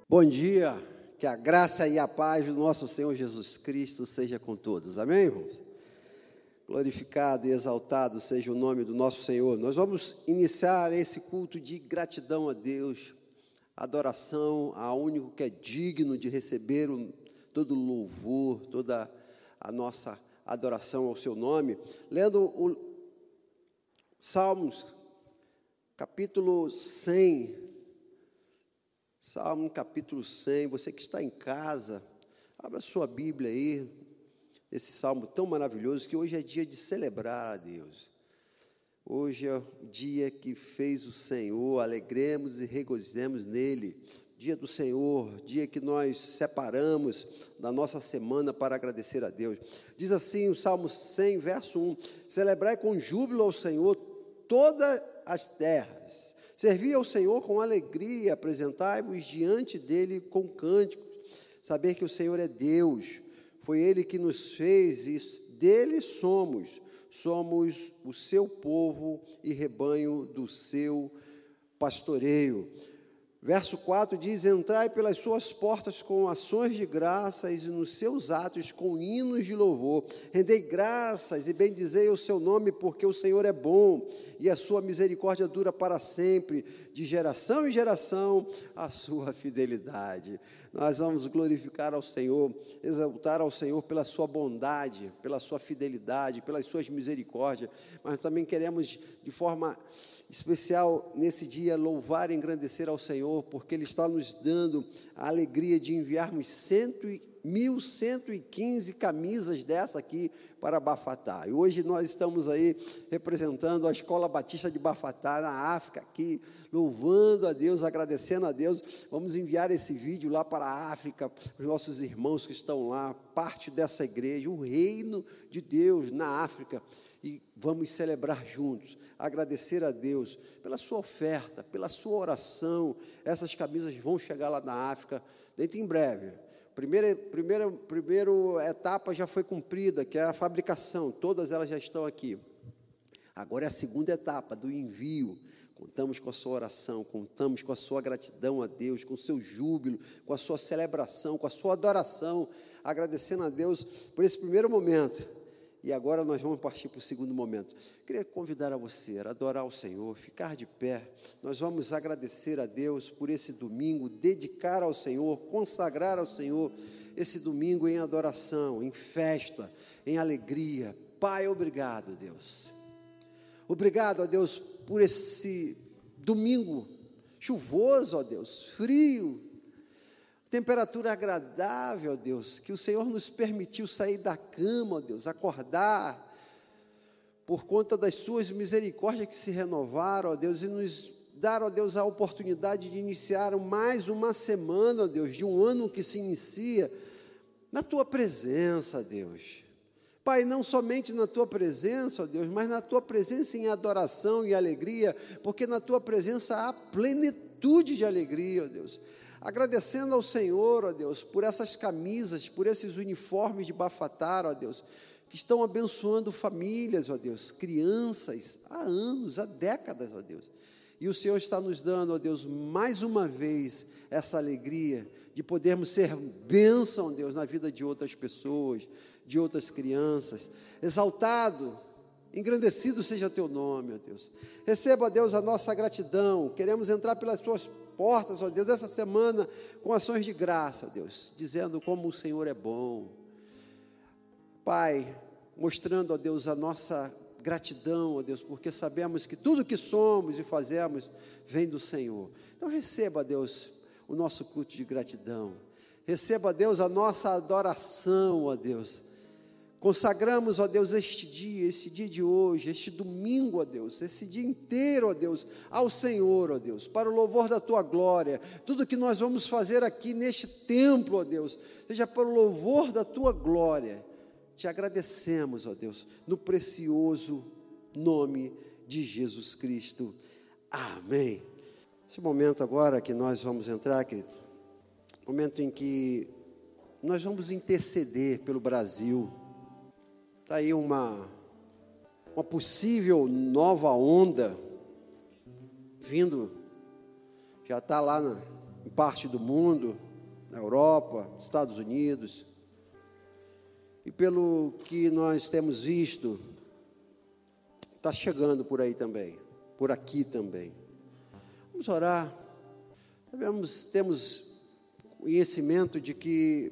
Bom dia, que a graça e a paz do nosso Senhor Jesus Cristo seja com todos, amém, irmãos? Glorificado e exaltado seja o nome do nosso Senhor. Nós vamos iniciar esse culto de gratidão a Deus, adoração ao único que é digno de receber todo o louvor, toda a nossa adoração ao seu nome, lendo o Salmos, capítulo 100, Salmo capítulo 100, você que está em casa, abra sua Bíblia aí, esse salmo tão maravilhoso, que hoje é dia de celebrar a Deus. Hoje é o dia que fez o Senhor, alegremos e regozijemos nele. Dia do Senhor, dia que nós separamos da nossa semana para agradecer a Deus. Diz assim o Salmo 100, verso 1, celebrai com júbilo ao Senhor todas as terras. Servi ao Senhor com alegria, apresentai-vos diante dele com cânticos. Saber que o Senhor é Deus, foi Ele que nos fez e dele somos o seu povo e rebanho do seu pastoreio. Verso 4 diz, entrai pelas suas portas com ações de graças e nos seus atos com hinos de louvor. Rendei graças e bendizei o seu nome, porque o Senhor é bom e a sua misericórdia dura para sempre, de geração em geração a sua fidelidade. Nós vamos glorificar ao Senhor, exaltar ao Senhor pela sua bondade, pela sua fidelidade, pelas suas misericórdias, mas também queremos de forma especial nesse dia louvar e engrandecer ao Senhor, porque Ele está nos dando a alegria de enviarmos 1.115 camisas dessa aqui para Bafatá. E hoje nós estamos aí representando a Escola Batista de Bafatá na África, aqui louvando a Deus, agradecendo a Deus. Vamos enviar esse vídeo lá para a África, os nossos irmãos que estão lá, parte dessa igreja, o reino de Deus na África. E vamos celebrar juntos, agradecer a Deus pela sua oferta, pela sua oração. Essas camisas vão chegar lá na África dentro em breve. Primeira etapa já foi cumprida, que é a fabricação, todas elas já estão aqui. Agora é a segunda etapa do envio. Contamos com a sua oração, contamos com a sua gratidão a Deus, com o seu júbilo, com a sua celebração, com a sua adoração, agradecendo a Deus por esse primeiro momento. E agora nós vamos partir para o segundo momento. Queria convidar a você a adorar o Senhor, ficar de pé. Nós vamos agradecer a Deus por esse domingo, dedicar ao Senhor, consagrar ao Senhor esse domingo em adoração, em festa, em alegria. Pai, obrigado, Deus. Obrigado, ó Deus, por esse domingo chuvoso, ó Deus, frio, temperatura agradável, ó Deus, que o Senhor nos permitiu sair da cama, ó Deus, acordar, por conta das suas misericórdias que se renovaram, ó Deus, e nos dar, ó Deus, a oportunidade de iniciar mais uma semana, ó Deus, de um ano que se inicia na Tua presença, Deus. Pai, não somente na Tua presença, ó Deus, mas na Tua presença em adoração e alegria, porque na Tua presença há plenitude de alegria, ó Deus. Agradecendo ao Senhor, ó Deus, por essas camisas, por esses uniformes de Bafatá, ó Deus, que estão abençoando famílias, ó Deus, crianças, há anos, há décadas, ó Deus. E o Senhor está nos dando, ó Deus, mais uma vez, essa alegria de podermos ser bênção, ó Deus, na vida de outras pessoas, de outras crianças. Exaltado, engrandecido seja Teu nome, ó Deus. Receba, ó Deus, a nossa gratidão. Queremos entrar pelas Tuas portas, ó Deus, essa semana com ações de graça, ó Deus, dizendo como o Senhor é bom. Pai, mostrando, ó Deus, a nossa gratidão, ó Deus, porque sabemos que tudo que somos e fazemos vem do Senhor. Então receba, ó Deus, o nosso culto de gratidão. Receba, ó Deus, a nossa adoração, ó Deus. Consagramos, ó Deus, este dia de hoje, este domingo, ó Deus, esse dia inteiro, ó Deus, ao Senhor, ó Deus, para o louvor da Tua glória. Tudo que nós vamos fazer aqui neste templo, ó Deus, seja para o louvor da Tua glória. Te agradecemos, ó Deus, no precioso nome de Jesus Cristo. Amém. Esse momento agora que nós vamos entrar, querido, momento em que nós vamos interceder pelo Brasil. Está aí uma possível nova onda vindo, já está lá em parte do mundo, na Europa, Estados Unidos, e pelo que nós temos visto, está chegando por aí também, por aqui também. Vamos orar. Temos conhecimento de que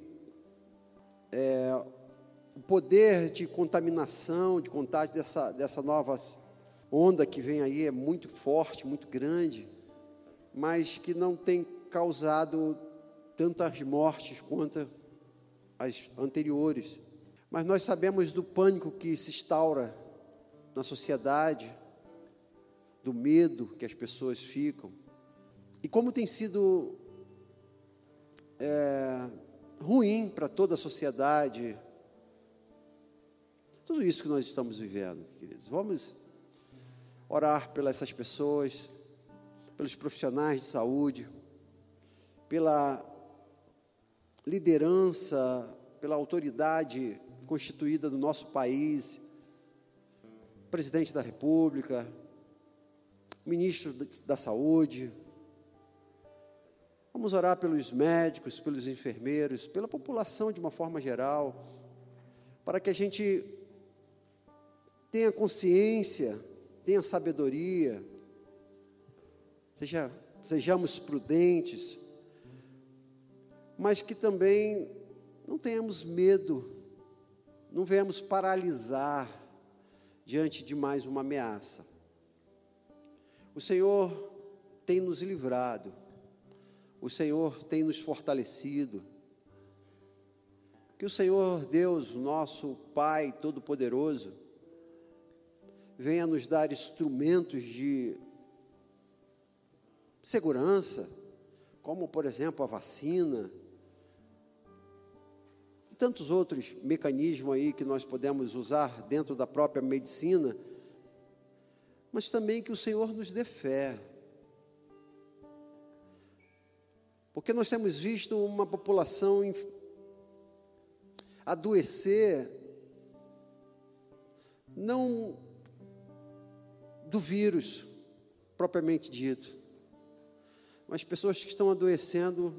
o poder de contaminação, de contágio dessa nova onda que vem aí é muito forte, muito grande, mas que não tem causado tantas mortes quanto as anteriores. Mas nós sabemos do pânico que se instaura na sociedade, do medo que as pessoas ficam, e como tem sido ruim para toda a sociedade, tudo isso que nós estamos vivendo, queridos. Vamos orar pelas essas pessoas, pelos profissionais de saúde, pela liderança, pela autoridade constituída do nosso país, presidente da República, ministro da Saúde. Vamos orar pelos médicos, pelos enfermeiros, pela população de uma forma geral, para que a gente tenha consciência, tenha sabedoria, sejamos prudentes, mas que também não tenhamos medo, não venhamos paralisar diante de mais uma ameaça. O Senhor tem nos livrado, o Senhor tem nos fortalecido. Que o Senhor Deus, nosso Pai Todo-Poderoso, venha nos dar instrumentos de segurança, como, por exemplo, a vacina, e tantos outros mecanismos aí que nós podemos usar dentro da própria medicina, mas também que o Senhor nos dê fé, porque nós temos visto uma população adoecer, não do vírus propriamente dito, mas pessoas que estão adoecendo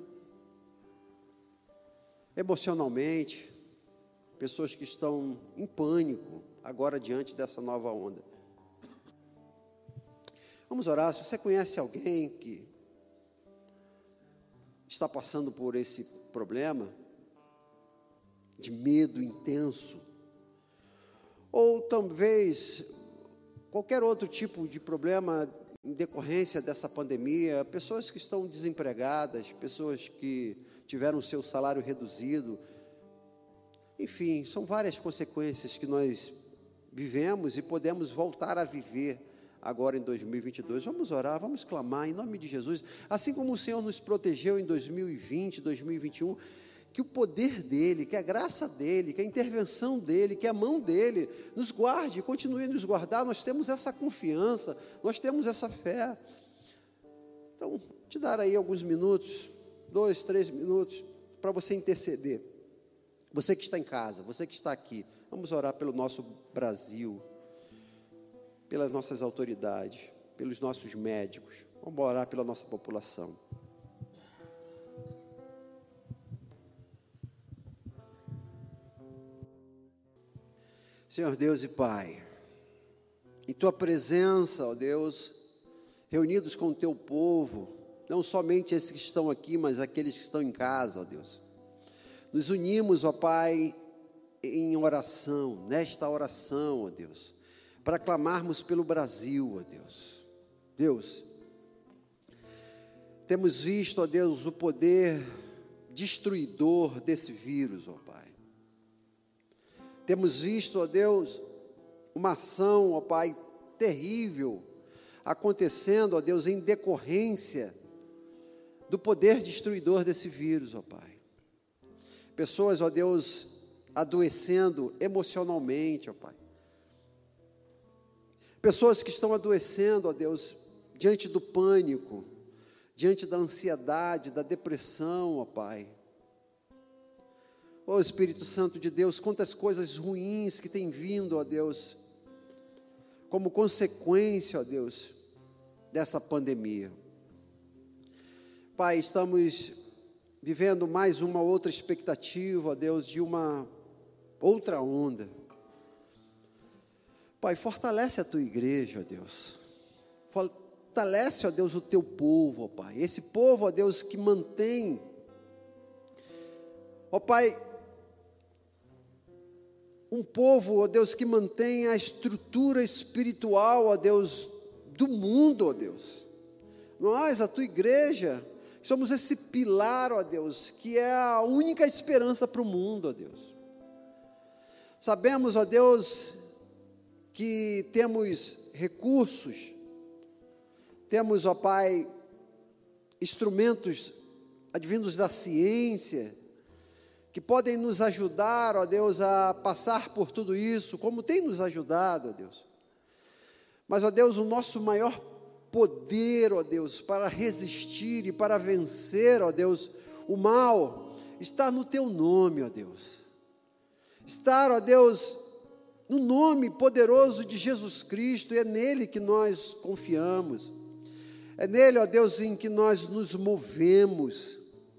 emocionalmente, pessoas que estão em pânico agora diante dessa nova onda. Vamos orar. Se você conhece alguém que está passando por esse problema de medo intenso, ou talvez qualquer outro tipo de problema em decorrência dessa pandemia, pessoas que estão desempregadas, pessoas que tiveram seu salário reduzido, enfim, são várias consequências que nós vivemos e podemos voltar a viver agora em 2022, vamos orar, vamos clamar em nome de Jesus, assim como o Senhor nos protegeu em 2020, 2021, que o poder dEle, que a graça dEle, que a intervenção dEle, que a mão dEle nos guarde, continue a nos guardar. Nós temos essa confiança, nós temos essa fé. Então, te dar aí alguns minutos, 2, 3 minutos, para você interceder. Você que está em casa, você que está aqui, vamos orar pelo nosso Brasil, pelas nossas autoridades, pelos nossos médicos, vamos orar pela nossa população. Senhor Deus e Pai, em Tua presença, ó Deus, reunidos com o Teu povo, não somente esses que estão aqui, mas aqueles que estão em casa, ó Deus, nos unimos, ó Pai, em oração, nesta oração, ó Deus, para clamarmos pelo Brasil, ó Deus. Deus, temos visto, ó Deus, o poder destruidor desse vírus, ó Pai. Temos visto, ó Deus, uma ação, ó Pai, terrível, acontecendo, ó Deus, em decorrência do poder destruidor desse vírus, ó Pai. Pessoas, ó Deus, adoecendo emocionalmente, ó Pai. Pessoas que estão adoecendo, ó Deus, diante do pânico, diante da ansiedade, da depressão, ó Pai. Ó Espírito Santo de Deus, quantas coisas ruins que têm vindo, ó Deus, como consequência, ó Deus, dessa pandemia. Pai, estamos vivendo mais uma outra expectativa, ó Deus, de uma outra onda. Pai, fortalece a tua igreja, ó Deus. Fortalece, ó Deus, o teu povo, ó Pai. Esse povo, ó Deus, que mantém, ó Pai, um povo, ó Deus, que mantém a estrutura espiritual, ó Deus, do mundo, ó Deus. Nós, a tua igreja, somos esse pilar, ó Deus, que é a única esperança para o mundo, ó Deus. Sabemos, ó Deus, que temos recursos, temos, ó Pai, instrumentos advindos da ciência, que podem nos ajudar, ó Deus, a passar por tudo isso, como tem nos ajudado, ó Deus. Mas, ó Deus, o nosso maior poder, ó Deus, para resistir e para vencer, ó Deus, o mal, está no teu nome, ó Deus. Está, ó Deus, no nome poderoso de Jesus Cristo, e é nele que nós confiamos. É nele, ó Deus, em que nós nos movemos.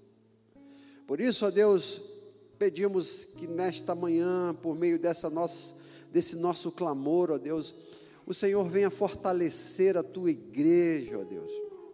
Por isso, ó Deus, pedimos que nesta manhã, por meio desse nosso clamor, ó Deus, o Senhor venha fortalecer a tua igreja, ó Deus,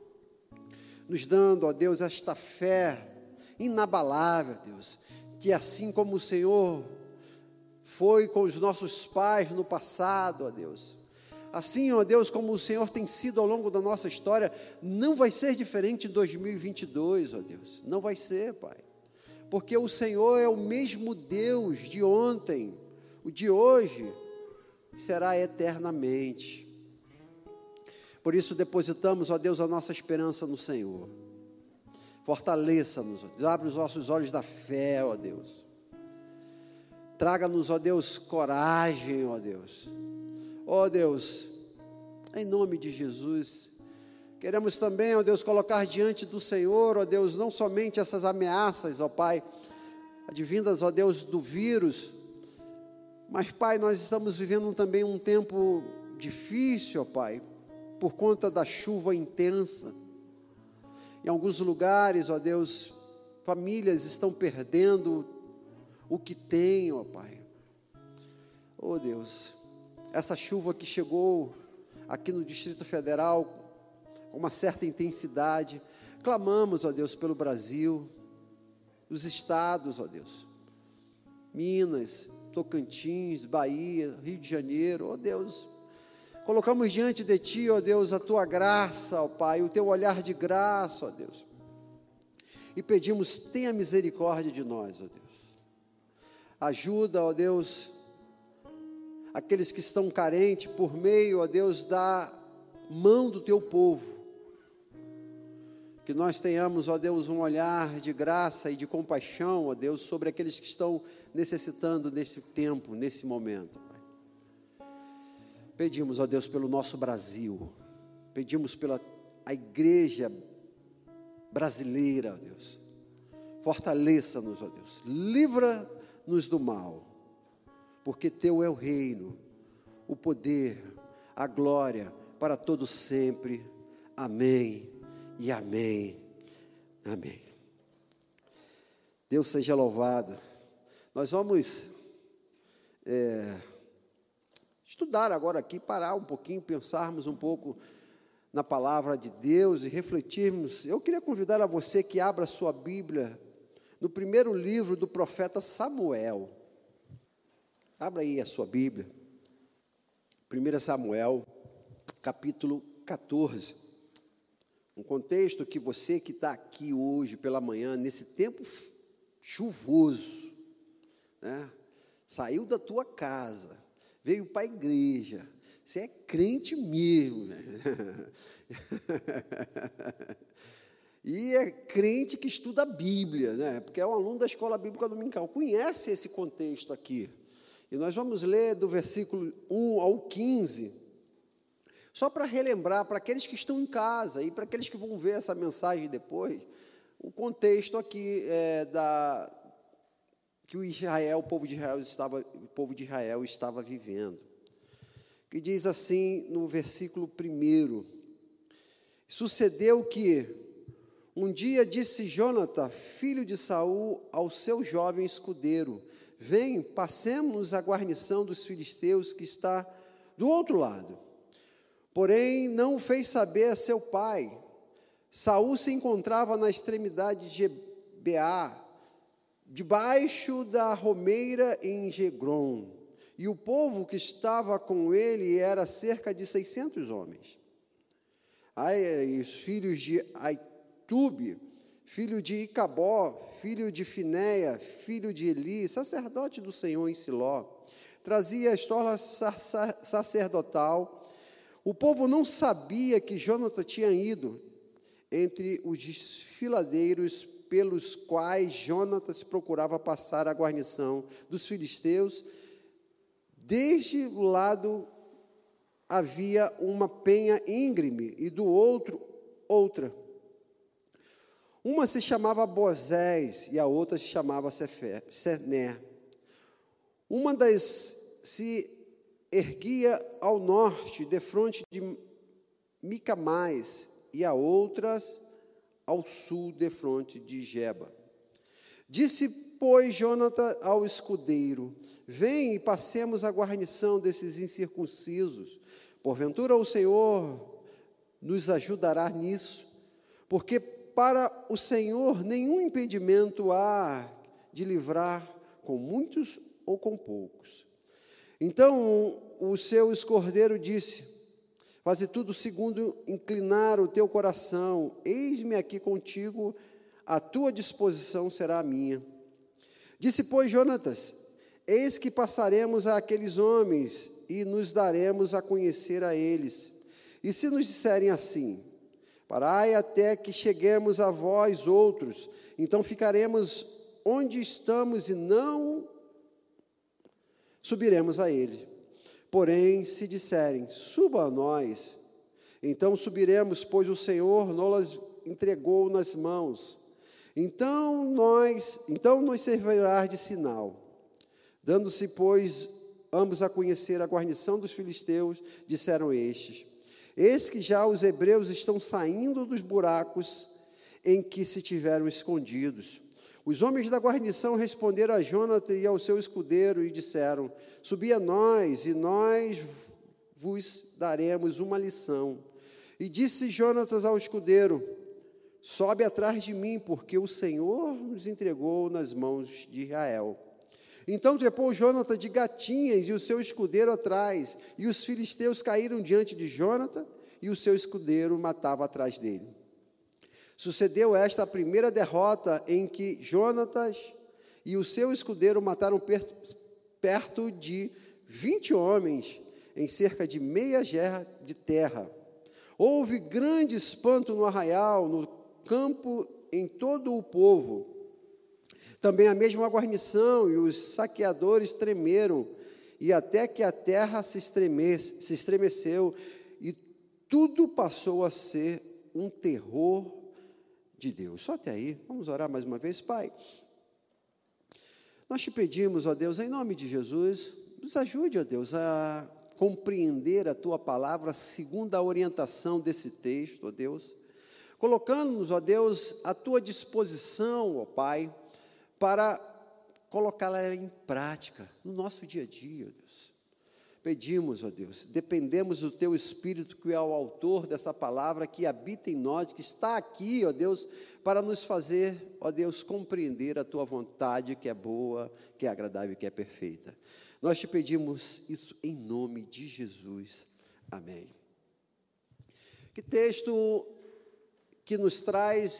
nos dando, ó Deus, esta fé inabalável, Deus, que assim como o Senhor foi com os nossos pais no passado, ó Deus, assim, ó Deus, como o Senhor tem sido ao longo da nossa história, não vai ser diferente em 2022, ó Deus, não vai ser, Pai, porque o Senhor é o mesmo Deus de ontem, o de hoje será eternamente. Por isso depositamos, ó Deus, a nossa esperança no Senhor. Fortaleça-nos, ó Deus, abre os nossos olhos da fé, ó Deus. Traga-nos, ó Deus, coragem, ó Deus. Ó Deus, em nome de Jesus, queremos também, ó Deus, colocar diante do Senhor, ó Deus, não somente essas ameaças, ó Pai, advindas, ó Deus, do vírus, mas, Pai, nós estamos vivendo também um tempo difícil, ó Pai, por conta da chuva intensa. Em alguns lugares, ó Deus, famílias estão perdendo o que têm, ó Pai. Ó Deus, essa chuva que chegou aqui no Distrito Federal com uma certa intensidade, clamamos, ó Deus, pelo Brasil, os estados, ó Deus, Minas, Tocantins, Bahia, Rio de Janeiro, ó Deus, colocamos diante de Ti, ó Deus, a Tua graça, ó Pai, o Teu olhar de graça, ó Deus, e pedimos, tenha misericórdia de nós, ó Deus, ajuda, ó Deus, aqueles que estão carentes, por meio, ó Deus, da mão do Teu povo, que nós tenhamos, ó Deus, um olhar de graça e de compaixão, ó Deus, sobre aqueles que estão necessitando nesse tempo, nesse momento, Pai. Pedimos, ó Deus, pelo nosso Brasil, pedimos pela a igreja brasileira, ó Deus, fortaleça-nos, ó Deus, livra-nos do mal, porque Teu é o reino, o poder, a glória, para todo sempre, amém. E amém, amém. Deus seja louvado. Nós vamos estudar agora aqui, parar um pouquinho, pensarmos um pouco na palavra de Deus e refletirmos. Eu queria convidar a você que abra a sua Bíblia no primeiro livro do profeta Samuel. Abra aí a sua Bíblia. 1 Samuel, capítulo 14. Um contexto que você que está aqui hoje pela manhã, nesse tempo chuvoso, né? Saiu da tua casa, veio para a igreja, você é crente mesmo, né? E é crente que estuda a Bíblia, né? Porque é um aluno da Escola Bíblica Dominical, conhece esse contexto aqui. E nós vamos ler do versículo 1 ao 15, só para relembrar, para aqueles que estão em casa e para aqueles que vão ver essa mensagem depois, o contexto aqui que o povo de Israel estava vivendo. Que diz assim no versículo 1: Sucedeu que Um dia disse Jonatã, filho de Saul, ao seu jovem escudeiro: vem, passemos a guarnição dos filisteus que está do outro lado. Porém, não o fez saber a seu pai. Saul se encontrava na extremidade de Gibeá, debaixo da romeira em Jegron, e o povo que estava com ele era cerca de 600 homens. Aí, os filhos de Aitube, filho de Icabó, filho de Finéia, filho de Eli, sacerdote do Senhor em Siló, trazia a estola sacerdotal. O povo não sabia que Jonatã tinha ido entre os desfiladeiros pelos quais Jonatas procurava passar a guarnição dos filisteus. Desde o lado havia uma penha íngreme e do outro outra. Uma se chamava Bozés e a outra se chamava Sené. Uma das se erguia ao norte, defronte de Micamais, e a outras ao sul, defronte de Geba. Disse, pois, Jonatã ao escudeiro: vem e passemos a guarnição desses incircuncisos. Porventura o Senhor nos ajudará nisso, porque para o Senhor nenhum impedimento há de livrar com muitos ou com poucos. Então o seu escudeiro disse: faze tudo segundo inclinar o teu coração. Eis-me aqui contigo, a tua disposição será a minha. Disse, pois, Jonatas: eis que passaremos àqueles homens e nos daremos a conhecer a eles. E se nos disserem assim: parai até que cheguemos a vós outros, então ficaremos onde estamos e não subiremos a ele. Porém, se disserem: suba a nós, então subiremos, pois o Senhor nos entregou nas mãos. Então nos servirá de sinal. Dando-se, pois, ambos a conhecer a guarnição dos filisteus, disseram estes: eis que já os hebreus estão saindo dos buracos em que se tiveram escondidos. Os homens da guarnição responderam a Jonatã e ao seu escudeiro e disseram: subi a nós, e nós vos daremos uma lição. E disse Jonatã ao escudeiro: sobe atrás de mim, porque o Senhor nos entregou nas mãos de Israel. Então trepou Jonatã de gatinhas e o seu escudeiro atrás, e os filisteus caíram diante de Jonatã, e o seu escudeiro matava atrás dele. Sucedeu esta a primeira derrota em que Jonatas e o seu escudeiro mataram perto de 20 homens em cerca de meia gerra de terra. Houve grande espanto no arraial, no campo, em todo o povo. Também a mesma guarnição e os saqueadores tremeram, e até que a terra se estremeceu, e tudo passou a ser um terror de Deus. Só até aí. Vamos orar mais uma vez. Pai, nós te pedimos, ó Deus, em nome de Jesus, nos ajude, ó Deus, a compreender a tua palavra segundo a orientação desse texto, ó Deus, colocando-nos, ó Deus, à tua disposição, ó Pai, para colocá-la em prática no nosso dia a dia, ó Deus. Pedimos, ó Deus, dependemos do teu Espírito, que é o autor dessa palavra, que habita em nós, que está aqui, ó Deus, para nos fazer, ó Deus, compreender a tua vontade, que é boa, que é agradável e que é perfeita. Nós te pedimos isso em nome de Jesus. Amém. Que texto que nos traz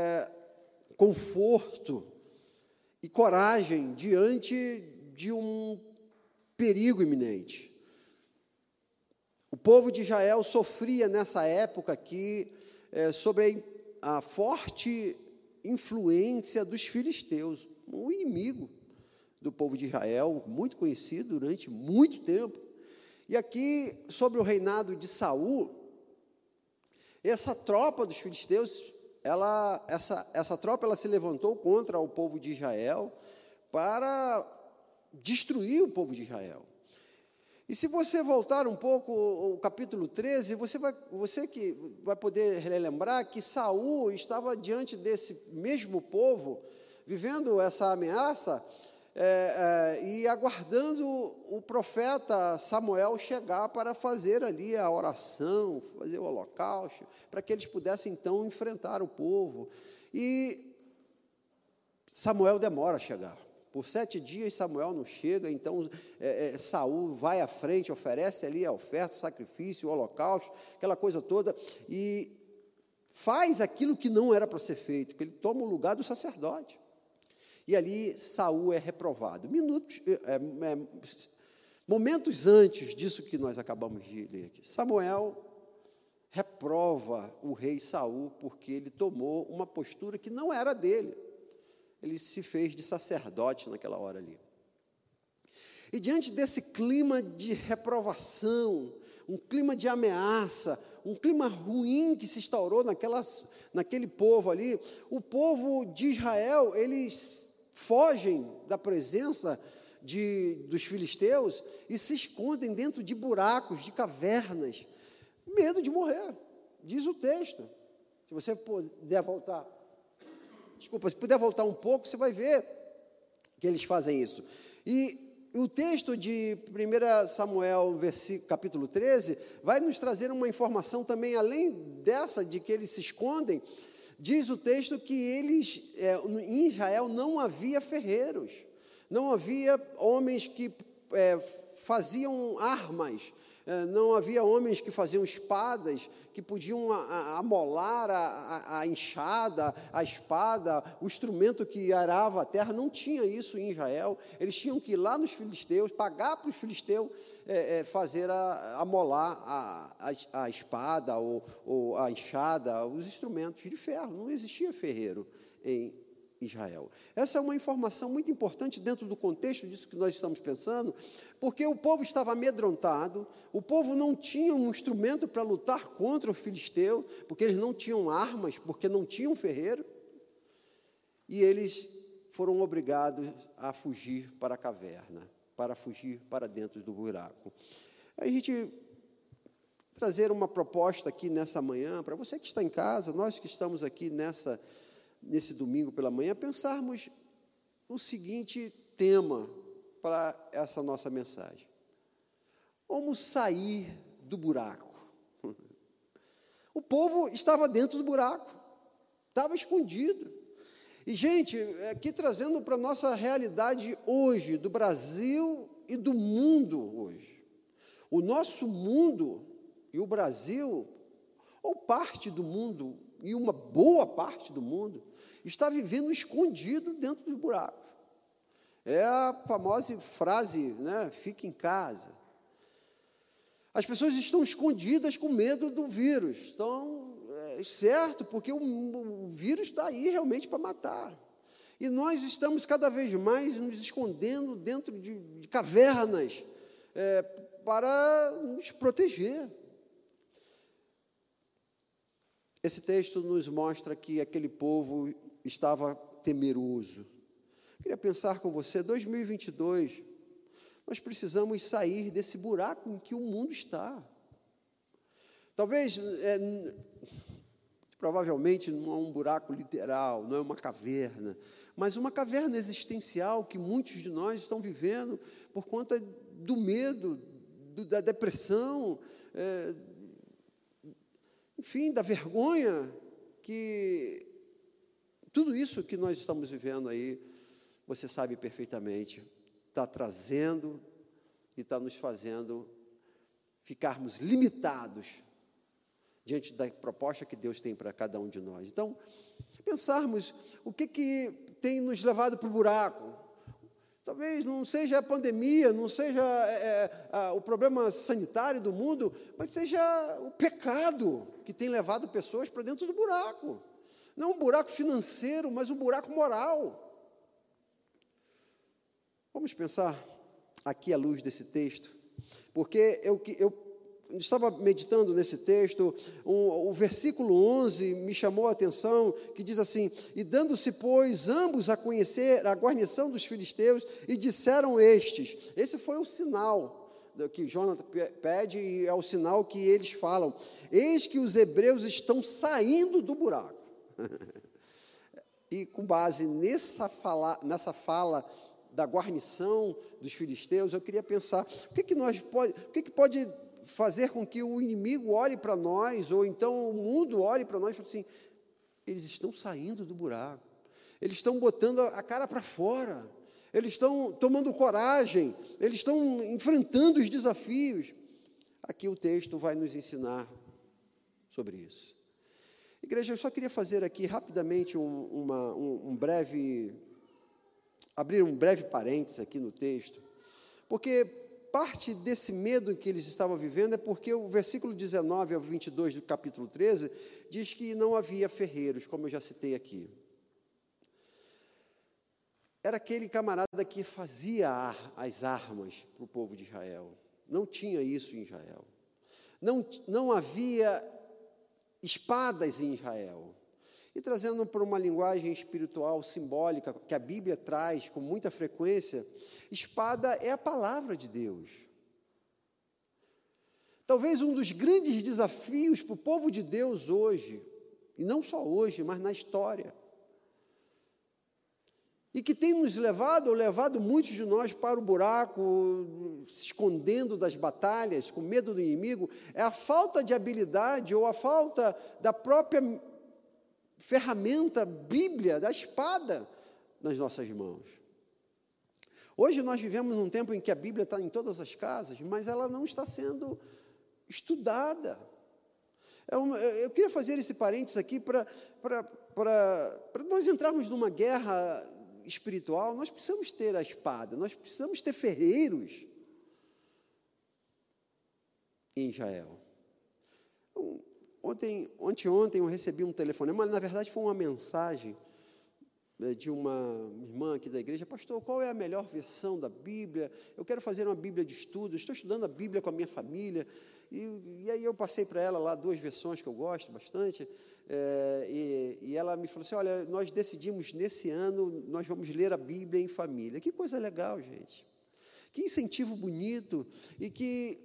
conforto e coragem diante de um perigo iminente. O povo de Israel sofria nessa época aqui sobre a forte influência dos filisteus, um inimigo do povo de Israel, muito conhecido durante muito tempo. E aqui, sobre o reinado de Saul, essa tropa dos filisteus, essa tropa ela se levantou contra o povo de Israel para destruir o povo de Israel. E se você voltar um pouco ao capítulo 13, você que vai poder relembrar que Saul estava diante desse mesmo povo, vivendo essa ameaça, e aguardando o profeta Samuel chegar para fazer ali a oração, fazer o holocausto, para que eles pudessem então enfrentar o povo. E Samuel demora a chegar. Por 7 dias Samuel não chega, então Saul vai à frente, oferece ali a oferta, o sacrifício, o holocausto, aquela coisa toda, e faz aquilo que não era para ser feito, porque ele toma o lugar do sacerdote. E ali Saul é reprovado. Momentos antes disso que nós acabamos de ler aqui, Samuel reprova o rei Saul porque ele tomou uma postura que não era dele. Ele se fez de sacerdote naquela hora ali. E diante desse clima de reprovação, um clima de ameaça, um clima ruim que se instaurou naquele povo ali, o povo de Israel, eles fogem da presença dos filisteus e se escondem dentro de buracos, de cavernas, medo de morrer, diz o texto. Se você puder voltar... se puder voltar um pouco, você vai ver que eles fazem isso. E o texto de 1 Samuel, capítulo 13, vai nos trazer uma informação também, além dessa, de que eles se escondem. Diz o texto que em Israel não havia ferreiros, não havia homens que faziam armas, não havia homens que faziam espadas, que podiam amolar a enxada, a espada, o instrumento que arava a terra. Não tinha isso em Israel. Eles tinham que ir lá nos filisteus, pagar para os filisteus amolar a espada ou a enxada, os instrumentos de ferro. Não existia ferreiro em Israel. Essa é uma informação muito importante dentro do contexto disso que nós estamos pensando, porque o povo estava amedrontado, o povo não tinha um instrumento para lutar contra os filisteus, porque eles não tinham armas, porque não tinham ferreiro, e eles foram obrigados a fugir para a caverna, para fugir para dentro do buraco. A gente trazer uma proposta aqui nessa manhã, para você que está em casa, nós que estamos aqui nesse domingo pela manhã, pensarmos o seguinte tema para essa nossa mensagem: como sair do buraco? O povo estava dentro do buraco, estava escondido. E, gente, aqui trazendo para a nossa realidade hoje, do Brasil e do mundo hoje. O nosso mundo e o Brasil, ou parte do mundo, e uma boa parte do mundo, está vivendo escondido dentro do buraco. É a famosa frase, né? Fique em casa. As pessoas estão escondidas com medo do vírus. Estão, certo, porque o vírus está aí realmente para matar. E nós estamos cada vez mais nos escondendo dentro de cavernas para nos proteger. Esse texto nos mostra que aquele povo estava temeroso. Queria pensar com você, 2022, nós precisamos sair desse buraco em que o mundo está. Talvez, provavelmente não é um buraco literal, não é uma caverna, mas uma caverna existencial que muitos de nós estão vivendo por conta do medo, da depressão, enfim, da vergonha, que tudo isso que nós estamos vivendo aí, você sabe perfeitamente, está trazendo e está nos fazendo ficarmos limitados diante da proposta que Deus tem para cada um de nós. Então, pensarmos o que tem nos levado para o buraco. Talvez não seja a pandemia, não seja o problema sanitário do mundo, mas seja o pecado que tem levado pessoas para dentro do buraco. Não um buraco financeiro, mas um buraco moral. Vamos pensar aqui à luz desse texto, porque eu estava meditando nesse texto, o versículo 11 me chamou a atenção, que diz assim: e dando-se, pois, ambos a conhecer a guarnição dos filisteus, e disseram estes, esse foi o sinal, que Jonathan pede, e é o sinal que eles falam: eis que os hebreus estão saindo do buraco. E com base nessa fala da guarnição dos filisteus, eu queria pensar, o que pode fazer com que o inimigo olhe para nós, ou então o mundo olhe para nós e fale assim: eles estão saindo do buraco, eles estão botando a cara para fora, eles estão tomando coragem, eles estão enfrentando os desafios. Aqui o texto vai nos ensinar sobre isso. Igreja, eu só queria fazer aqui rapidamente abrir um breve parênteses aqui no texto, porque parte desse medo que eles estavam vivendo é porque o versículo 19 ao 22 do capítulo 13 diz que não havia ferreiros, como eu já citei aqui. Era aquele camarada que fazia as armas para o povo de Israel. Não tinha isso em Israel. Não havia espadas em Israel. E trazendo para uma linguagem espiritual simbólica, que a Bíblia traz com muita frequência, espada é a palavra de Deus. Talvez um dos grandes desafios para o povo de Deus hoje, e não só hoje, mas na história, e que tem nos levado muitos de nós para o buraco, se escondendo das batalhas, com medo do inimigo, é a falta de habilidade ou a falta da própria ferramenta Bíblia, da espada, nas nossas mãos. Hoje nós vivemos num tempo em que a Bíblia está em todas as casas, mas ela não está sendo estudada. Eu queria fazer esse parênteses aqui para nós entrarmos numa guerra espiritual. Nós precisamos ter a espada, nós precisamos ter ferreiros em Israel. Ontem eu recebi um telefonema, mas na verdade foi uma mensagem de uma irmã aqui da igreja: pastor, qual é a melhor versão da Bíblia? Eu quero fazer uma Bíblia de estudo, estou estudando a Bíblia com a minha família, e aí eu passei para ela lá 2 versões que eu gosto bastante, e ela me falou assim: olha, nós decidimos nesse ano, nós vamos ler a Bíblia em família. Que coisa legal, gente, que incentivo bonito, e que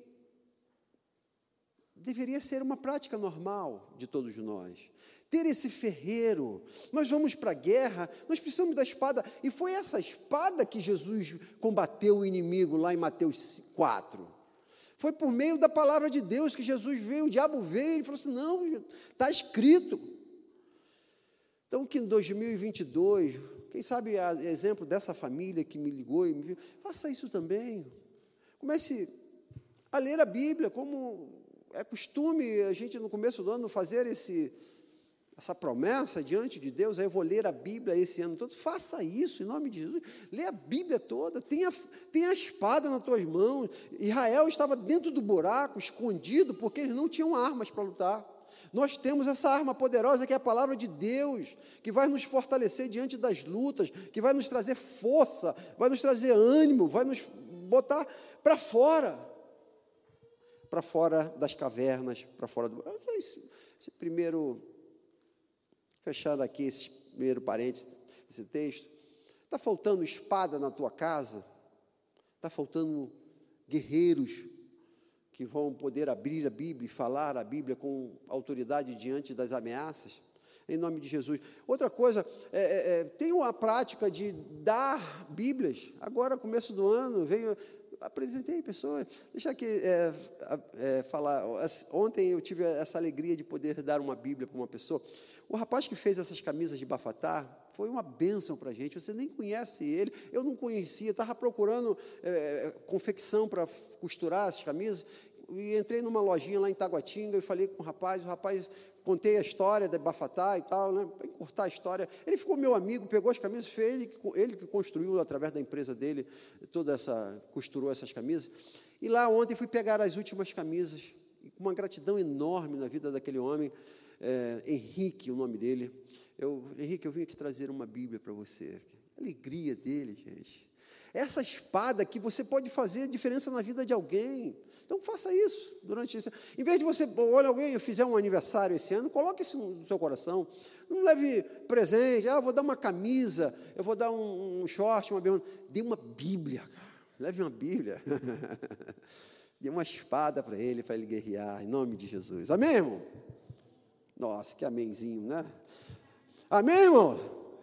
deveria ser uma prática normal de todos nós, ter esse ferreiro. Nós vamos para a guerra, nós precisamos da espada, e foi essa espada que Jesus combateu o inimigo lá em Mateus 4, foi por meio da palavra de Deus que Jesus veio. O diabo veio e falou assim: não, está escrito. Então que em 2022, quem sabe a exemplo dessa família que me ligou e me viu, faça isso também, comece a ler a Bíblia, como é costume a gente no começo do ano fazer essa promessa diante de Deus: eu vou ler a Bíblia esse ano todo. Faça isso em nome de Jesus, lê a Bíblia toda, tenha a espada nas tuas mãos. Israel estava dentro do buraco, escondido, porque eles não tinham armas para lutar. Nós temos essa arma poderosa que é a palavra de Deus, que vai nos fortalecer diante das lutas, que vai nos trazer força, vai nos trazer ânimo, vai nos botar para fora das cavernas, para fora do... Esse primeiro, fechando aqui esse primeiro parênteses desse texto, está faltando espada na tua casa? Está faltando guerreiros que vão poder abrir a Bíblia e falar a Bíblia com autoridade diante das ameaças? Em nome de Jesus. outra coisa, tem uma prática de dar Bíblias. Agora, começo do ano, apresentei pessoas. Deixa aqui falar. Ontem eu tive essa alegria de poder dar uma Bíblia para uma pessoa. O rapaz que fez essas camisas de bafatá foi uma bênção para a gente. Você nem conhece ele, eu não conhecia, estava procurando confecção para costurar essas camisas, e entrei numa lojinha lá em Taguatinga e falei com o rapaz, contei a história da bafatá e tal, né, para encurtar a história. Ele ficou meu amigo, pegou as camisas, ele que construiu, através da empresa dele, costurou essas camisas. E lá ontem fui pegar as últimas camisas, e com uma gratidão enorme na vida daquele homem, Henrique, o nome dele. Henrique, eu vim aqui trazer uma Bíblia para você. A alegria dele, gente. Essa espada que você pode fazer a diferença na vida de alguém. Então, faça isso durante isso. Em vez de você, olha, alguém fizer um aniversário esse ano, coloque isso no seu coração. Não leve presente, eu vou dar uma camisa, eu vou dar um short, uma bermuda. Dê uma Bíblia, cara. Leve uma Bíblia. Dê uma espada para ele guerrear, em nome de Jesus. Amém, irmão? Nossa, que amenzinho, né? Amém, irmão?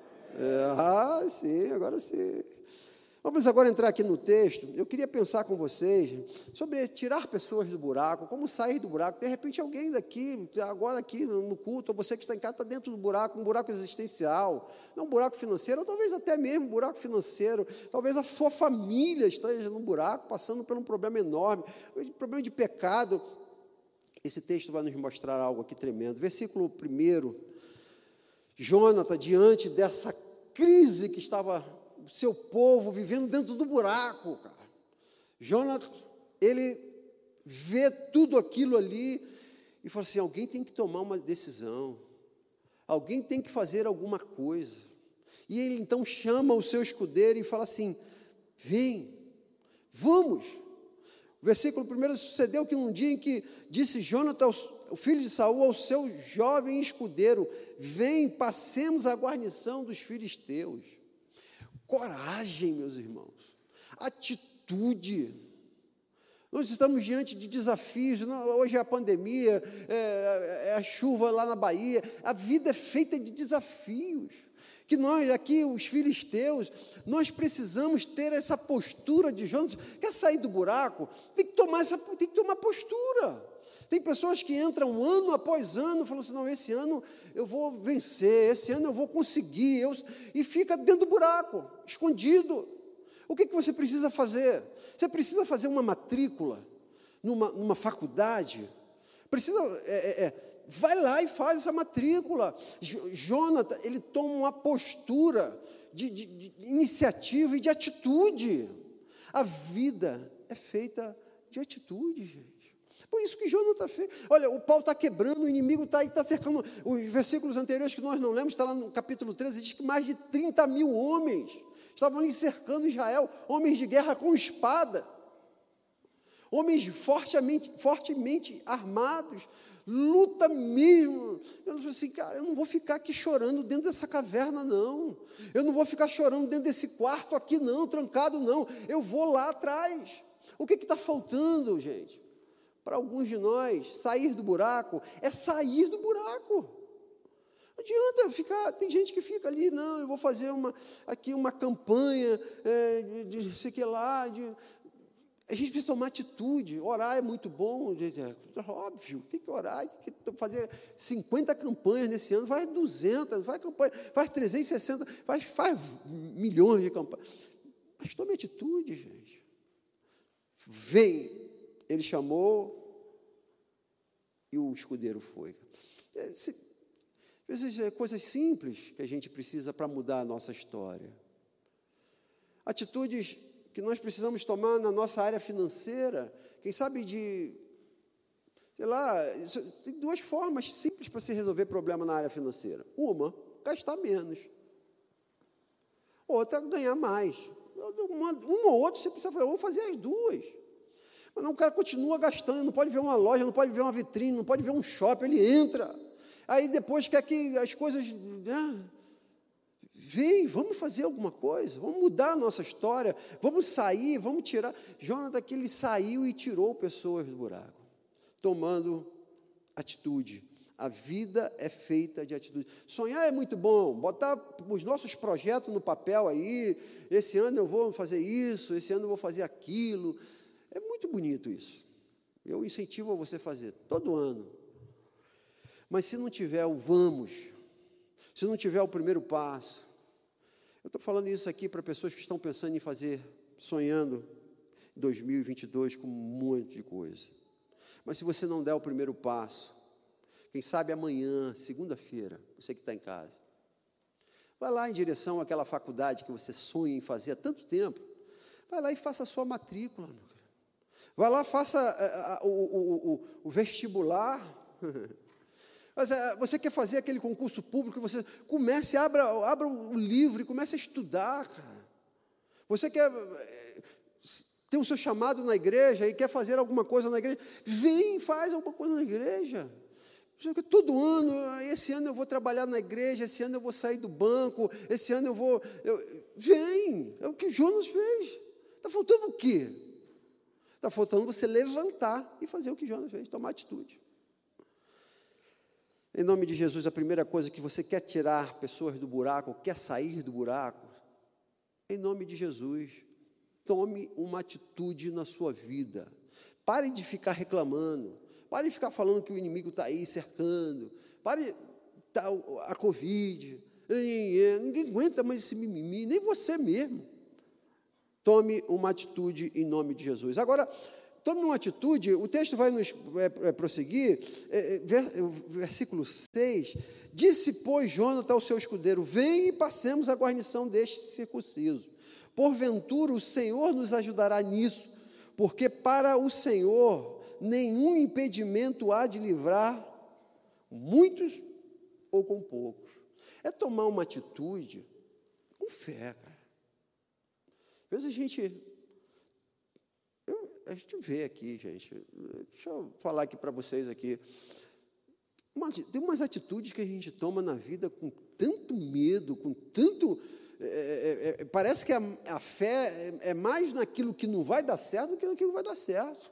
Sim, agora sim. Vamos agora entrar aqui no texto. Eu queria pensar com vocês sobre tirar pessoas do buraco, como sair do buraco. De repente alguém daqui, agora aqui no culto, ou você que está em casa, está dentro do buraco, um buraco existencial, não um buraco financeiro, ou talvez até mesmo um buraco financeiro. Talvez a sua família esteja no buraco, passando por um problema enorme, um problema de pecado. Esse texto vai nos mostrar algo aqui tremendo. Versículo 1, Jonatas, diante dessa crise que estava o seu povo vivendo dentro do buraco, cara. Jonatas, ele vê tudo aquilo ali e fala assim, alguém tem que tomar uma decisão, alguém tem que fazer alguma coisa. E ele então chama o seu escudeiro e fala assim, vem, vamos. O versículo 1, sucedeu que num dia em que disse Jonatas, o filho de Saul, ao seu jovem escudeiro, vem, passemos a guarnição dos filisteus. Coragem, meus irmãos, atitude. Nós estamos diante de desafios, hoje é a pandemia, é a chuva lá na Bahia, a vida é feita de desafios, que nós aqui, os filisteus, nós precisamos ter essa postura de Jonas. Quer sair do buraco? Tem que tomar postura. Tem pessoas que entram ano após ano, falam assim, não, esse ano eu vou vencer, esse ano eu vou conseguir, e fica dentro do buraco, escondido. O que você precisa fazer? Você precisa fazer uma matrícula numa faculdade? Vai lá e faz essa matrícula. Jonatas, ele toma uma postura de iniciativa e de atitude. A vida é feita de atitude, gente. Por isso que Jonatas fez. Olha, o pau está quebrando, o inimigo está cercando. Os versículos anteriores que nós não lemos, está lá no capítulo 13, diz que mais de 30 mil homens estavam ali cercando Israel, homens de guerra com espada, homens fortemente armados, luta mesmo. Eu falei assim, cara, eu não vou ficar aqui chorando dentro dessa caverna, não. Eu não vou ficar chorando dentro desse quarto aqui, não, trancado, não. Eu vou lá atrás. O que está faltando, gente? Para alguns de nós, sair do buraco é sair do buraco. Não adianta ficar, tem gente que fica ali, não, eu vou fazer uma campanha, de sei que lá, a gente precisa tomar atitude. Orar é muito bom, óbvio, tem que orar, tem que fazer 50 campanhas nesse ano, vai 200, vai campanha, faz 360, faz milhões de campanhas. Mas tome atitude, gente. Vem. Ele chamou e o escudeiro foi. Essas coisas simples que a gente precisa para mudar a nossa história. Atitudes que nós precisamos tomar na nossa área financeira. Quem sabe sei lá, tem duas formas simples para se resolver problema na área financeira. Uma, gastar menos. Outra, ganhar mais. Uma ou outra você precisa fazer, eu vou fazer as duas. Mas não, o cara continua gastando, não pode ver uma loja, não pode ver uma vitrine, não pode ver um shopping, ele entra. Aí depois quer que as coisas... Vem, vamos fazer alguma coisa, vamos mudar a nossa história, vamos sair, vamos tirar. Jonatas, ele saiu e tirou pessoas do buraco, tomando atitude. A vida é feita de atitude. Sonhar é muito bom, botar os nossos projetos no papel aí, esse ano eu vou fazer isso, esse ano eu vou fazer aquilo. É muito bonito isso. Eu incentivo você a fazer, todo ano. Mas se não tiver o vamos, se não tiver o primeiro passo, eu estou falando isso aqui para pessoas que estão pensando em fazer, sonhando em 2022 com um monte de coisa. Mas se você não der o primeiro passo, quem sabe amanhã, segunda-feira, você que está em casa, vai lá em direção àquela faculdade que você sonha em fazer há tanto tempo, vai lá e faça a sua matrícula, meu cara. Vai lá, faça o vestibular. Mas, você quer fazer aquele concurso público, você comece, abra o livro e comece a estudar, cara. Você quer ter o seu chamado na igreja e quer fazer alguma coisa na igreja, vem, faz alguma coisa na igreja. Todo ano, esse ano eu vou trabalhar na igreja, esse ano eu vou sair do banco, esse ano vem, é o que Jonas fez. Está faltando o quê? Está faltando você levantar e fazer o que Jonas fez, tomar atitude. Em nome de Jesus, a primeira coisa que você quer tirar pessoas do buraco, quer sair do buraco, em nome de Jesus, tome uma atitude na sua vida. Pare de ficar reclamando, pare de ficar falando que o inimigo está aí cercando, pare a Covid, ninguém aguenta mais esse mimimi, nem você mesmo. Tome uma atitude em nome de Jesus. Agora, tome uma atitude, o texto vai nos prosseguir, versículo 6, disse, pois, Jonatã ao seu escudeiro, vem e passemos a guarnição deste circunciso. Porventura o Senhor nos ajudará nisso, porque para o Senhor nenhum impedimento há de livrar muitos ou com poucos. É tomar uma atitude com fé, cara. Às vezes a gente vê aqui, gente, deixa eu falar aqui para vocês aqui, tem umas atitudes que a gente toma na vida com tanto medo, com tanto, parece que a fé é mais naquilo que não vai dar certo do que naquilo que vai dar certo.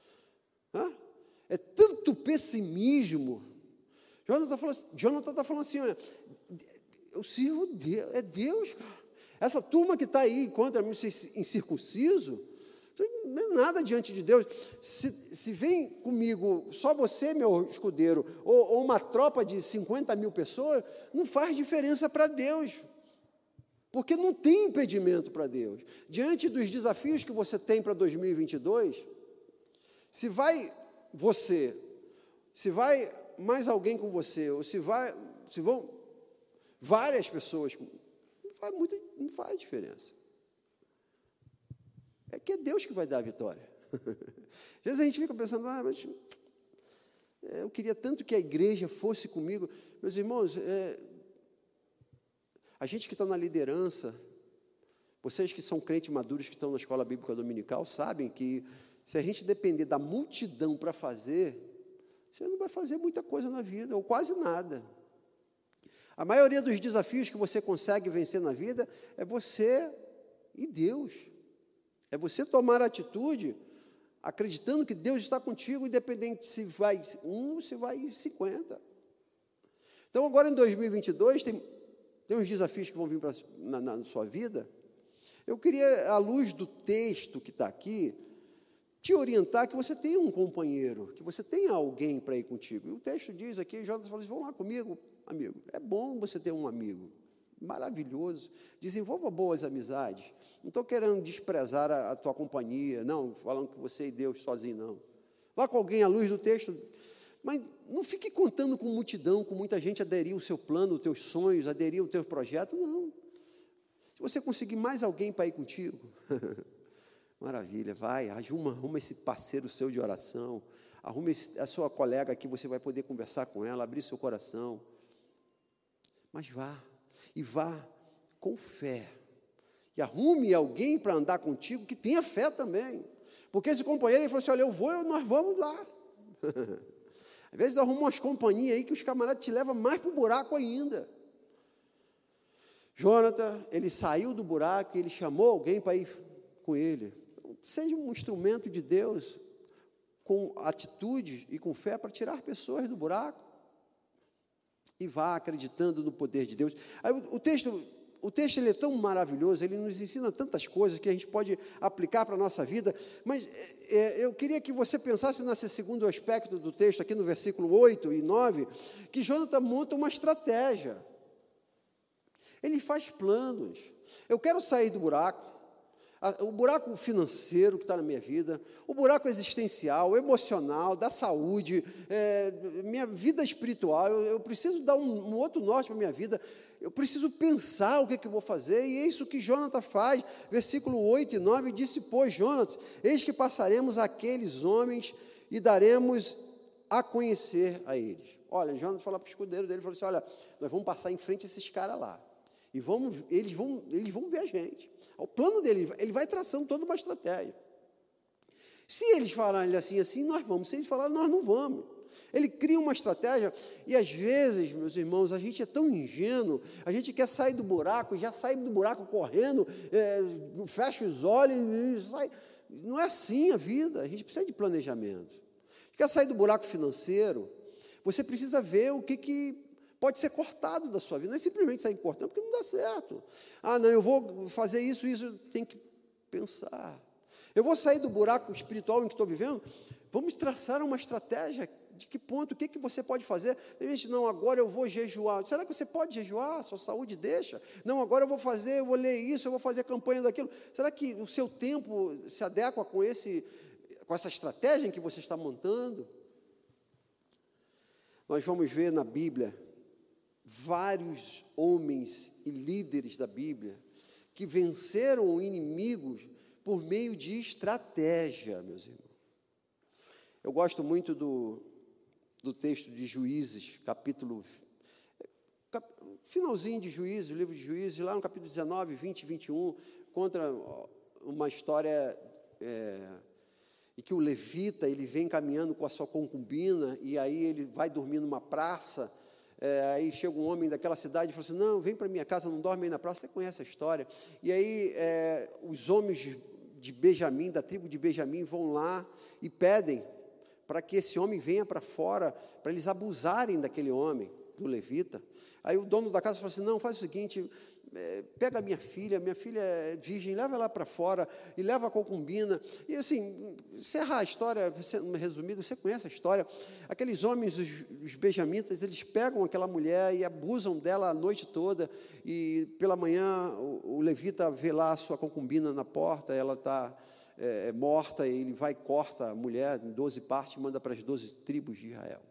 É tanto pessimismo. Jonathan está falando assim, olha, eu sirvo Deus, é Deus, cara. Essa turma que está aí contra mim, incircunciso, não é nada diante de Deus. Se vem comigo só você, meu escudeiro, ou uma tropa de 50 mil pessoas, não faz diferença para Deus, porque não tem impedimento para Deus. Diante dos desafios que você tem para 2022, se vai você, se vai mais alguém com você, ou se vão várias pessoas, não faz diferença. É que é Deus que vai dar a vitória. Às vezes a gente fica pensando, mas eu queria tanto que a igreja fosse comigo. Meus irmãos, a gente que está na liderança, vocês que são crentes maduros, que estão na escola bíblica dominical, sabem que se a gente depender da multidão para fazer, você não vai fazer muita coisa na vida, ou quase nada. A maioria dos desafios que você consegue vencer na vida é você e Deus. É você tomar atitude, acreditando que Deus está contigo, independente se vai ou se vai 50. Então, agora em 2022, tem uns desafios que vão vir na sua vida. Eu queria, à luz do texto que está aqui, te orientar que você tenha um companheiro, que você tenha alguém para ir contigo. E o texto diz aqui, Jonas fala assim, vão lá comigo, amigo. É bom você ter um amigo, maravilhoso. Desenvolva boas amizades. Não estou querendo desprezar a tua companhia, não, falando que você e Deus sozinho, não. Vá com alguém à luz do texto, mas não fique contando com multidão, com muita gente aderir ao seu plano, os teus sonhos, aderir ao teu projeto, não. Se você conseguir mais alguém para ir contigo, maravilha, vai, arruma esse parceiro seu de oração, arrume a sua colega que você vai poder conversar com ela, abrir seu coração. Mas vá com fé. E arrume alguém para andar contigo que tenha fé também. Porque esse companheiro, ele falou assim, olha, eu vou, nós vamos lá. Às vezes arruma umas companhias aí que os camaradas te levam mais para o buraco ainda. Jonathan, ele saiu do buraco, ele chamou alguém para ir com ele. Seja um instrumento de Deus, com atitude e com fé para tirar pessoas do buraco. E vá acreditando no poder de Deus. Aí, o texto ele é tão maravilhoso, ele nos ensina tantas coisas que a gente pode aplicar para a nossa vida, mas eu queria que você pensasse nesse segundo aspecto do texto, aqui no versículo 8 e 9, que Jonathan monta uma estratégia. Ele faz planos. Eu quero sair do buraco, o buraco financeiro que está na minha vida, o buraco existencial, emocional, da saúde, minha vida espiritual, eu preciso dar um outro norte para a minha vida, eu preciso pensar o que eu vou fazer, e é isso que Jonathan faz, versículo 8 e 9, disse, pois, Jonathan, eis que passaremos aqueles homens e daremos a conhecer a eles. Olha, Jonathan falou para o escudeiro dele, falou assim, olha, nós vamos passar em frente a esses caras lá, e eles vão ver a gente. O plano dele, ele vai traçando toda uma estratégia. Se eles falarem assim, nós vamos. Se eles falarem, nós não vamos. Ele cria uma estratégia, e às vezes, meus irmãos, a gente é tão ingênuo, a gente quer sair do buraco, já sai do buraco correndo, fecha os olhos e sai. Não é assim a vida, a gente precisa de planejamento. Quer sair do buraco financeiro, você precisa ver o que pode ser cortado da sua vida. Não é simplesmente sair cortando, porque não dá certo. Ah, não, eu vou fazer isso, tem que pensar. Eu vou sair do buraco espiritual em que estou vivendo, vamos traçar uma estratégia. De que ponto, o que você pode fazer? Tem gente, não, agora eu vou jejuar. Será que você pode jejuar? Sua saúde deixa? Não, agora eu vou ler isso, eu vou fazer campanha daquilo. Será que o seu tempo se adequa com essa estratégia em que você está montando? Nós vamos ver na Bíblia vários homens e líderes da Bíblia que venceram inimigos por meio de estratégia, meus irmãos. Eu gosto muito do texto de Juízes, finalzinho de Juízes, o livro de Juízes, lá no capítulo 19, 20 e 21, conta uma história em que o levita, ele vem caminhando com a sua concubina, e aí ele vai dormir numa praça, aí chega um homem daquela cidade e fala assim, não, vem para minha casa, não dorme aí na praça, você conhece a história. E aí os homens de Benjamim, da tribo de Benjamim, vão lá e pedem para que esse homem venha para fora, para eles abusarem daquele homem, do levita. Aí o dono da casa falou assim, não, faz o seguinte, pega a minha filha é virgem, leva ela para fora, e leva a concubina, e assim, encerrar a história, resumido, você conhece a história, aqueles homens, os benjamitas, eles pegam aquela mulher e abusam dela a noite toda, e pela manhã o levita vê lá a sua concubina na porta, ela está morta, e ele vai e corta a mulher em 12 partes e manda para as 12 tribos de Israel.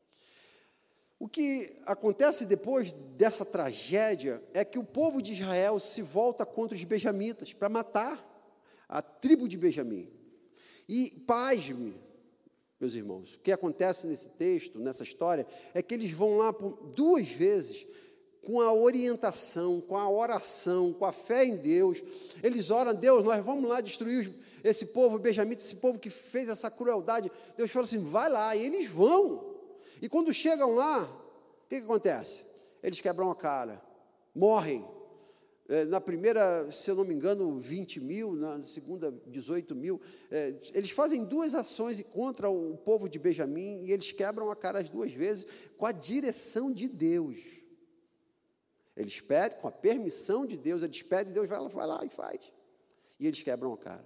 O que acontece depois dessa tragédia é que o povo de Israel se volta contra os benjamitas para matar a tribo de Benjamim. E pasme, meus irmãos, o que acontece nesse texto, nessa história, é que eles vão lá por 2 vezes com a orientação, com a oração, com a fé em Deus. Eles oram, Deus, nós vamos lá destruir esse povo benjamita, esse povo que fez essa crueldade. Deus fala assim, vai lá, e eles vão. E quando chegam lá, o que acontece? Eles quebram a cara, morrem. Na primeira, se eu não me engano, 20 mil, na segunda, 18 mil. Eles fazem 2 ações contra o povo de Benjamim, e eles quebram a cara as 2 vezes, com a direção de Deus. Eles pedem, com a permissão de Deus, eles pedem, Deus vai lá e faz. E eles quebram a cara.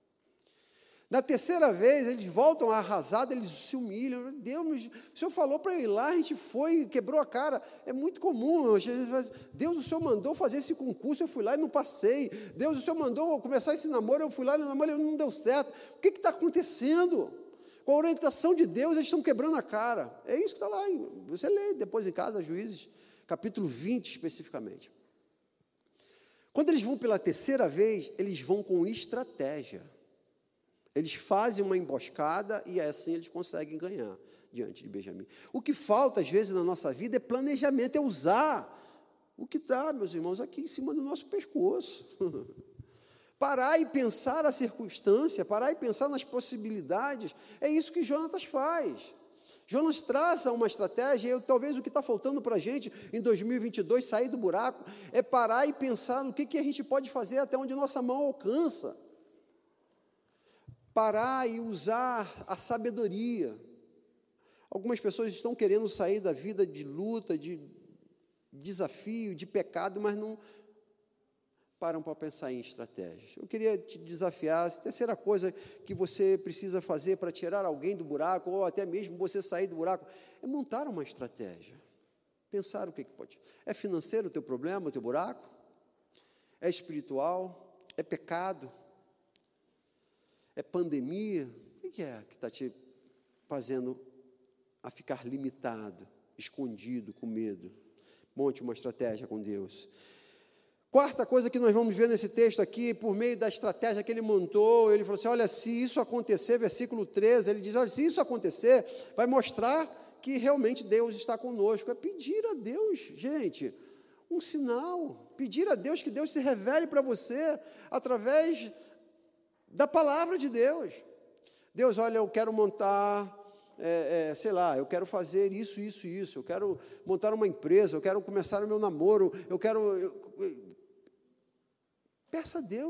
Na terceira vez, eles voltam arrasados, eles se humilham. Deus, o Senhor falou para eu ir lá, a gente foi, quebrou a cara. É muito comum. Deus, o Senhor mandou fazer esse concurso, eu fui lá e não passei. Deus, o Senhor mandou começar esse namoro, eu fui lá e o namoro não deu certo. O que está acontecendo? Com a orientação de Deus, eles estão quebrando a cara. É isso que está lá. Você lê depois em casa, Juízes, capítulo 20 especificamente. Quando eles vão pela terceira vez, eles vão com estratégia. Eles fazem uma emboscada e assim eles conseguem ganhar diante de Benjamim. O que falta, às vezes, na nossa vida é planejamento, é usar o que está, meus irmãos, aqui em cima do nosso pescoço. Parar e pensar a circunstância, parar e pensar nas possibilidades. É isso que Jonatas faz. Jonas traça uma estratégia, e talvez o que está faltando para a gente em 2022, sair do buraco, é parar e pensar no que a gente pode fazer até onde nossa mão alcança. Parar e usar a sabedoria. Algumas pessoas estão querendo sair da vida de luta, de desafio, de pecado, mas não param para pensar em estratégias. Eu queria te desafiar, a terceira coisa que você precisa fazer para tirar alguém do buraco, ou até mesmo você sair do buraco, é montar uma estratégia. Pensar o que pode. É financeiro o teu problema, o teu buraco? É espiritual? É pecado? É pandemia? O que é que está te fazendo a ficar limitado, escondido, com medo? Monte uma estratégia com Deus. Quarta coisa que nós vamos ver nesse texto aqui, por meio da estratégia que ele montou, ele falou assim, olha, se isso acontecer, versículo 13, ele diz, olha, se isso acontecer, vai mostrar que realmente Deus está conosco. É pedir a Deus, gente, um sinal, pedir a Deus que Deus se revele para você através da palavra de Deus. Deus, olha, eu quero montar, sei lá, eu quero fazer isso, eu quero montar uma empresa, eu quero começar o meu namoro, peça a Deus,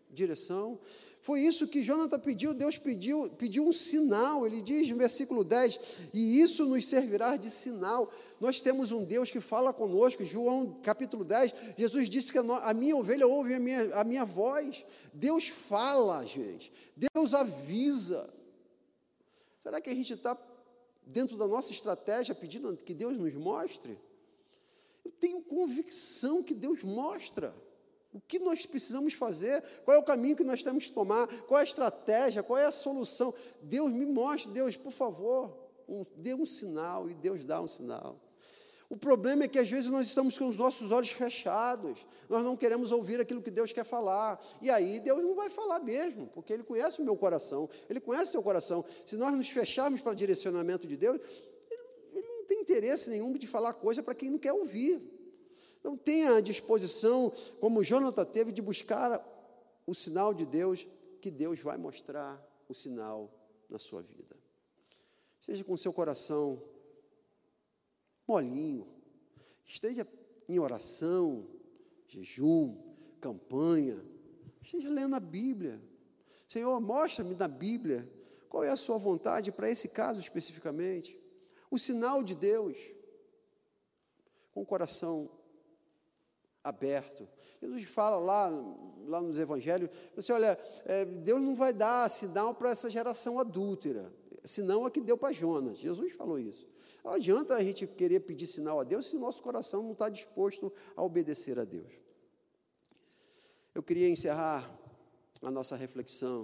direção. Foi isso que Jonathan pediu, Deus pediu um sinal. Ele diz no versículo 10, e isso nos servirá de sinal. Nós temos um Deus que fala conosco. João capítulo 10, Jesus disse que a minha ovelha ouve a minha voz. Deus fala, gente, Deus avisa. Será que a gente está dentro da nossa estratégia pedindo que Deus nos mostre? Eu tenho convicção que Deus mostra. O que nós precisamos fazer? Qual é o caminho que nós temos que tomar? Qual é a estratégia? Qual é a solução? Deus me mostre, Deus, por favor, dê um sinal, e Deus dá um sinal. O problema é que às vezes nós estamos com os nossos olhos fechados, nós não queremos ouvir aquilo que Deus quer falar, e aí Deus não vai falar mesmo, porque Ele conhece o meu coração, Ele conhece o seu coração. Se nós nos fecharmos para o direcionamento de Deus, Ele não tem interesse nenhum de falar coisa para quem não quer ouvir. Então tenha a disposição, como Jonathan teve, de buscar o sinal de Deus, que Deus vai mostrar o sinal na sua vida. Seja com o seu coração molinho, esteja em oração, jejum, campanha, esteja lendo a Bíblia. Senhor, mostra-me na Bíblia qual é a sua vontade para esse caso especificamente. O sinal de Deus, com o coração aberto. Jesus fala lá nos evangelhos, assim, olha, Deus não vai dar sinal para essa geração adúltera, senão a que deu para Jonas. Jesus falou isso. Não adianta a gente querer pedir sinal a Deus se o nosso coração não está disposto a obedecer a Deus. Eu queria encerrar a nossa reflexão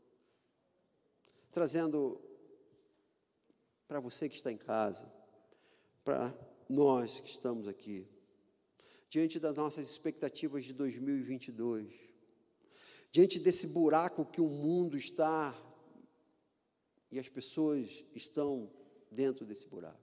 trazendo para você que está em casa, para nós que estamos aqui, diante das nossas expectativas de 2022, diante desse buraco que o mundo está e as pessoas estão dentro desse buraco.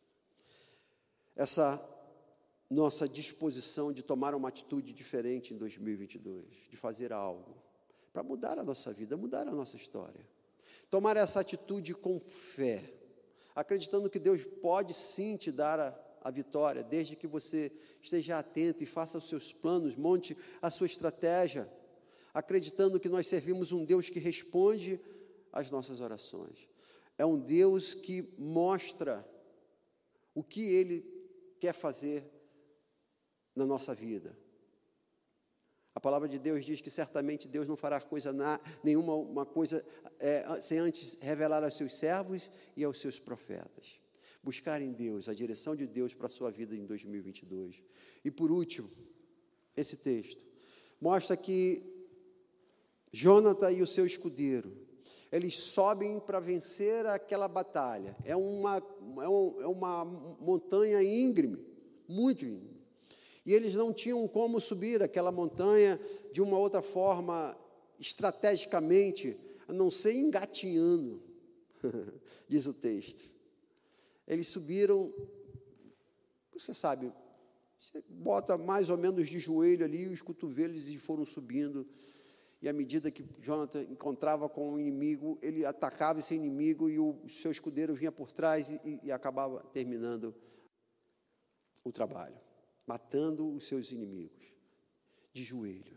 Essa nossa disposição de tomar uma atitude diferente em 2022, de fazer algo para mudar a nossa vida, mudar a nossa história. Tomar essa atitude com fé, acreditando que Deus pode sim te dar a vitória, desde que você esteja atento e faça os seus planos, monte a sua estratégia, acreditando que nós servimos um Deus que responde às nossas orações. É um Deus que mostra o que Ele quer fazer na nossa vida. A palavra de Deus diz que certamente Deus não fará nenhuma coisa sem antes revelar aos seus servos e aos seus profetas. Buscar em Deus, a direção de Deus para a sua vida em 2022. E por último, esse texto mostra que Jonathan e o seu escudeiro, eles sobem para vencer aquela batalha. É uma montanha íngreme, muito íngreme. E eles não tinham como subir aquela montanha de uma outra forma, estrategicamente, a não ser engatinhando, diz o texto. Eles subiram, você sabe, você bota mais ou menos de joelho ali, os cotovelos, e foram subindo. E à medida que Jonathan encontrava com o inimigo, ele atacava esse inimigo e o seu escudeiro vinha por trás e acabava terminando o trabalho, matando os seus inimigos, de joelho.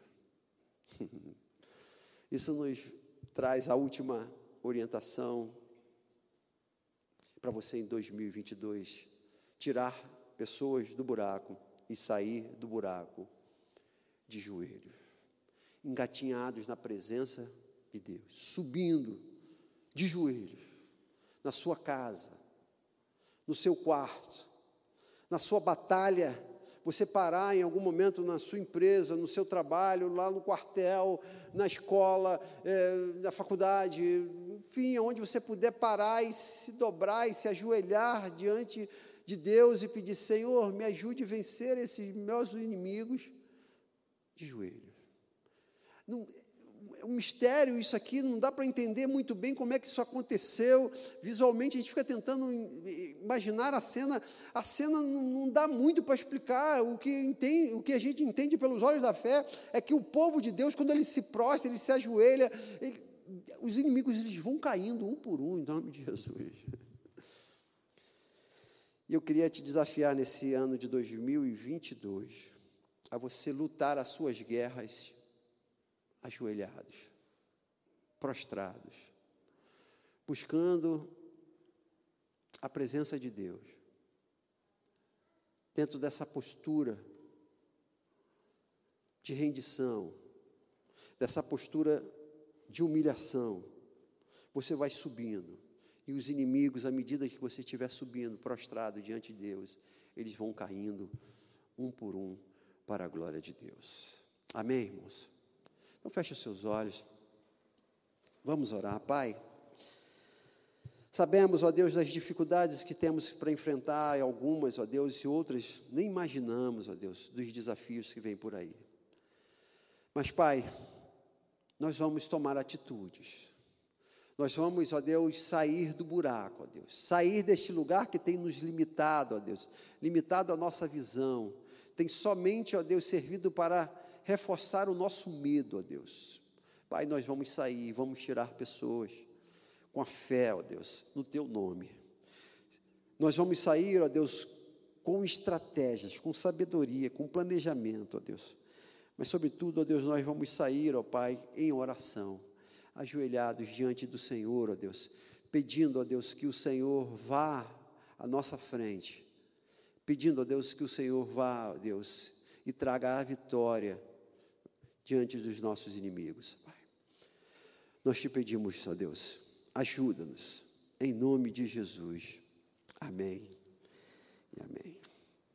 Isso nos traz a última orientação para você em 2022, tirar pessoas do buraco e sair do buraco de joelho, engatinhados na presença de Deus, subindo de joelhos, na sua casa, no seu quarto, na sua batalha. Você parar em algum momento na sua empresa, no seu trabalho, lá no quartel, na escola, na faculdade, enfim, onde você puder parar e se dobrar e se ajoelhar diante de Deus e pedir: Senhor, me ajude a vencer esses meus inimigos, de joelho. É um mistério isso aqui, não dá para entender muito bem como é que isso aconteceu. Visualmente a gente fica tentando imaginar a cena não dá muito para explicar. O que a gente entende pelos olhos da fé é que o povo de Deus, quando ele se prostra, ele se ajoelha, os inimigos eles vão caindo um por um, em nome de Jesus. E eu queria te desafiar nesse ano de 2022 a você lutar as suas guerras ajoelhados, prostrados, buscando a presença de Deus, dentro dessa postura de rendição, dessa postura de humilhação, você vai subindo, e os inimigos, à medida que você estiver subindo, prostrado diante de Deus, eles vão caindo, um por um, para a glória de Deus. Amém, irmãos? Então, feche os seus olhos, vamos orar. Pai, sabemos, ó Deus, das dificuldades que temos para enfrentar, algumas, ó Deus, e outras nem imaginamos, ó Deus, dos desafios que vêm por aí. Mas, Pai, nós vamos tomar atitudes. Nós vamos, ó Deus, sair do buraco, ó Deus. Sair deste lugar que tem nos limitado, ó Deus. Limitado a nossa visão. Tem somente, ó Deus, servido para reforçar o nosso medo, ó Deus. Pai, nós vamos sair, vamos tirar pessoas com a fé, ó Deus, no Teu nome. Nós vamos sair, ó Deus, com estratégias, com sabedoria, com planejamento, ó Deus. Mas, sobretudo, ó Deus, nós vamos sair, ó Pai, em oração, ajoelhados diante do Senhor, ó Deus, pedindo, ó Deus, que o Senhor vá à nossa frente, pedindo, ó Deus, que o Senhor vá, ó Deus, e traga a vitória diante dos nossos inimigos, Pai. Nós te pedimos, ó Deus, ajuda-nos, em nome de Jesus. Amém e amém.